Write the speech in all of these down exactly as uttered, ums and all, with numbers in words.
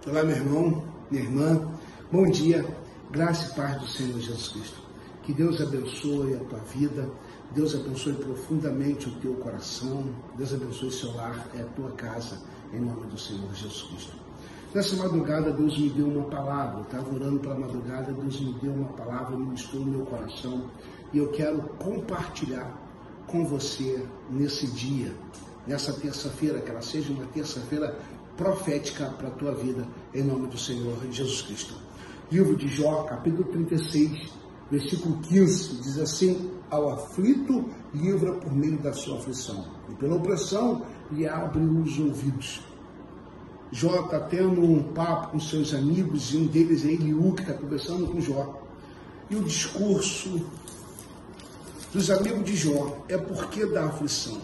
Olá, meu irmão, minha irmã, bom dia, graça e paz do Senhor Jesus Cristo. Que Deus abençoe a tua vida, Deus abençoe profundamente o teu coração, Deus abençoe seu lar e a tua casa, em nome do Senhor Jesus Cristo. Nessa madrugada, Deus me deu uma palavra, eu estava orando pela madrugada, Deus me deu uma palavra, ministrou no meu coração, e eu quero compartilhar com você nesse dia, nessa terça-feira, que ela seja uma terça-feira profética para a tua vida, em nome do Senhor Jesus Cristo. Livro de Jó, capítulo trinta e seis, versículo quinze, diz assim: ao aflito livra por meio da sua aflição, e pela opressão lhe abre os ouvidos. Jó está tendo um papo com seus amigos, e um deles é Eliú, que está conversando com Jó. E o discurso dos amigos de Jó é por que da aflição?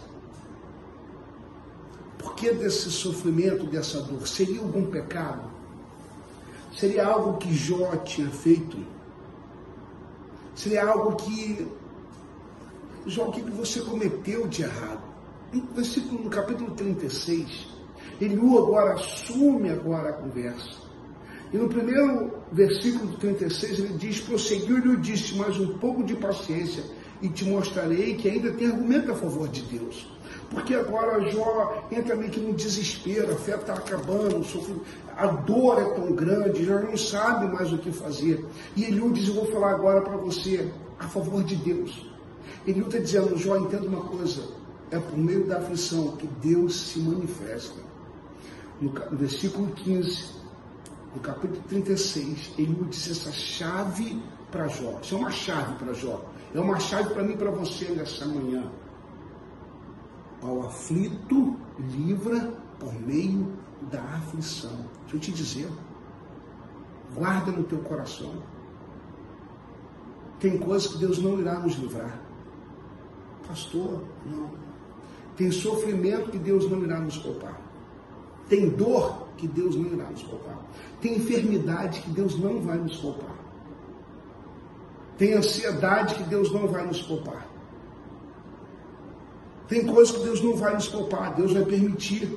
Por que desse sofrimento, dessa dor? Seria algum pecado? Seria algo que Jó tinha feito? Seria algo que... Jó, o que você cometeu de errado? No versículo, no capítulo trinta e seis, Eliú agora assume agora a conversa. E no primeiro versículo do trinta e seis, ele diz: prosseguiu e lhe disse, mas um pouco de paciência, e te mostrarei que ainda tem argumento a favor de Deus. Porque agora Jó entra meio que no desespero, a fé está acabando, a dor é tão grande, já não sabe mais o que fazer. E Eliú diz: eu vou falar agora para você a favor de Deus. Eliú está dizendo: Jó, entenda uma coisa, é por meio da aflição que Deus se manifesta. No versículo quinze, no capítulo trinta e seis, Eliú diz essa chave para Jó. Isso é uma chave para Jó. É uma chave para mim e para você nessa manhã. Ao aflito livra por meio da aflição. Deixa eu te dizer, guarda no teu coração. Tem coisas que Deus não irá nos livrar. Pastor, não. Tem sofrimento que Deus não irá nos poupar. Tem dor que Deus não irá nos poupar. Tem enfermidade que Deus não vai nos poupar. Tem ansiedade que Deus não vai nos poupar. Tem coisas que Deus não vai nos poupar, Deus vai permitir.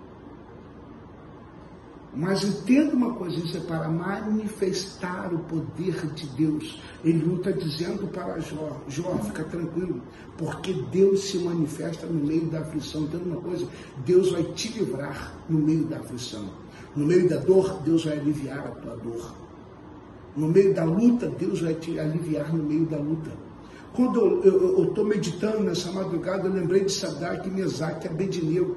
Mas entenda uma coisa, isso é para manifestar o poder de Deus. Ele está dizendo para Jó: Jó, fica tranquilo, porque Deus se manifesta no meio da aflição. Entenda uma coisa, Deus vai te livrar no meio da aflição. No meio da dor, Deus vai aliviar a tua dor. No meio da luta, Deus vai te aliviar no meio da luta. Quando eu estou meditando nessa madrugada, eu lembrei de Sadraque, Mesaque e Abednego.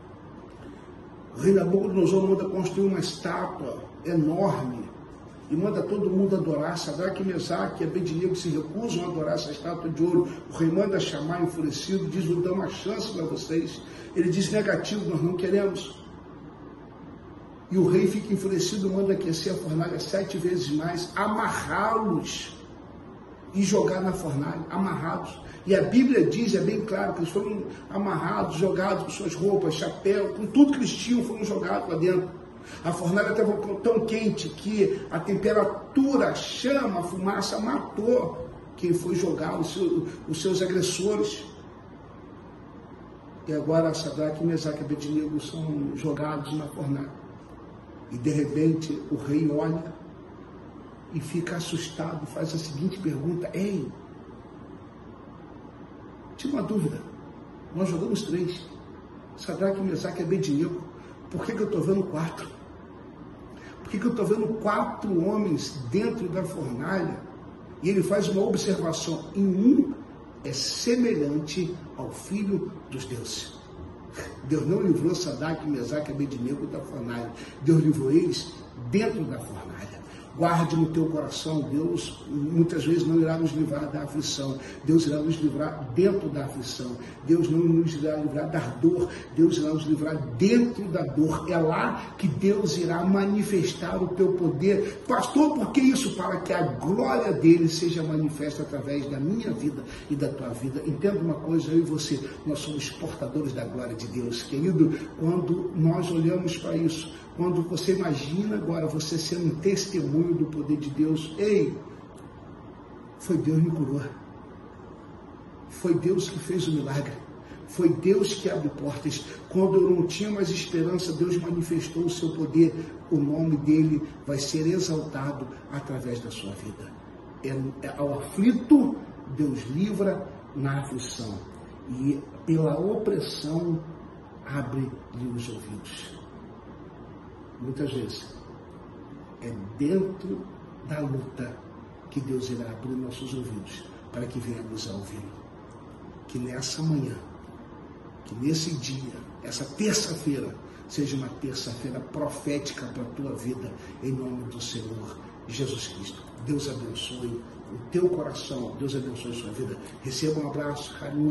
O rei Nabucodonosor manda construir uma estátua enorme e manda todo mundo adorar. Sadraque, Mesaque e Abednego se recusam a adorar essa estátua de ouro. O rei manda chamar enfurecido, diz: vou dar uma chance para vocês. Ele diz: negativo, nós não queremos. E o rei fica enfurecido, manda aquecer a fornalha sete vezes mais, amarrá-los e jogar na fornalha, amarrados. E a Bíblia diz, é bem claro, que eles foram amarrados, jogados com suas roupas, chapéu, com tudo que eles tinham, foram jogados lá dentro. A fornalha estava tão quente que a temperatura, a chama, a fumaça matou quem foi jogar, os seus, os seus agressores. E agora Sadraque, Mesaque e Abednego são jogados na fornalha. E de repente o rei olha e fica assustado, faz a seguinte pergunta: ei, tinha uma dúvida, nós jogamos três, Sadraque, Mesaque e Abednego, por que, que eu estou vendo quatro? Por que, que eu estou vendo quatro homens dentro da fornalha? E ele faz uma observação: em um é semelhante ao Filho dos deuses. Deus não livrou Sadraque, Mesaque e Abednego da fornalha, Deus livrou eles dentro da fornalha. Guarde no teu coração, Deus muitas vezes não irá nos livrar da aflição, Deus irá nos livrar dentro da aflição, Deus não nos irá livrar da dor, Deus irá nos livrar dentro da dor. É lá que Deus irá manifestar o teu poder. Pastor, por que isso? Para que a glória dele seja manifesta através da minha vida e da tua vida. Entenda uma coisa, eu e você, nós somos portadores da glória de Deus, querido. Quando nós olhamos para isso, quando você imagina agora você sendo um testemunho do poder de Deus, ei, foi Deus que me curou, foi Deus que fez o milagre, Foi Deus que abre portas. Quando eu não tinha mais esperança, Deus manifestou o seu poder. O nome dele vai ser exaltado através da sua vida. É, ao aflito, Deus livra na aflição. E pela opressão, abre-lhe os ouvidos. Muitas vezes, é dentro da luta que Deus irá abrir nossos ouvidos para que venhamos a ouvi-lo. Que nessa manhã, que nesse dia, essa terça-feira, seja uma terça-feira profética para a tua vida, em nome do Senhor Jesus Cristo. Deus abençoe o teu coração, Deus abençoe a sua vida. Receba um abraço, carinho.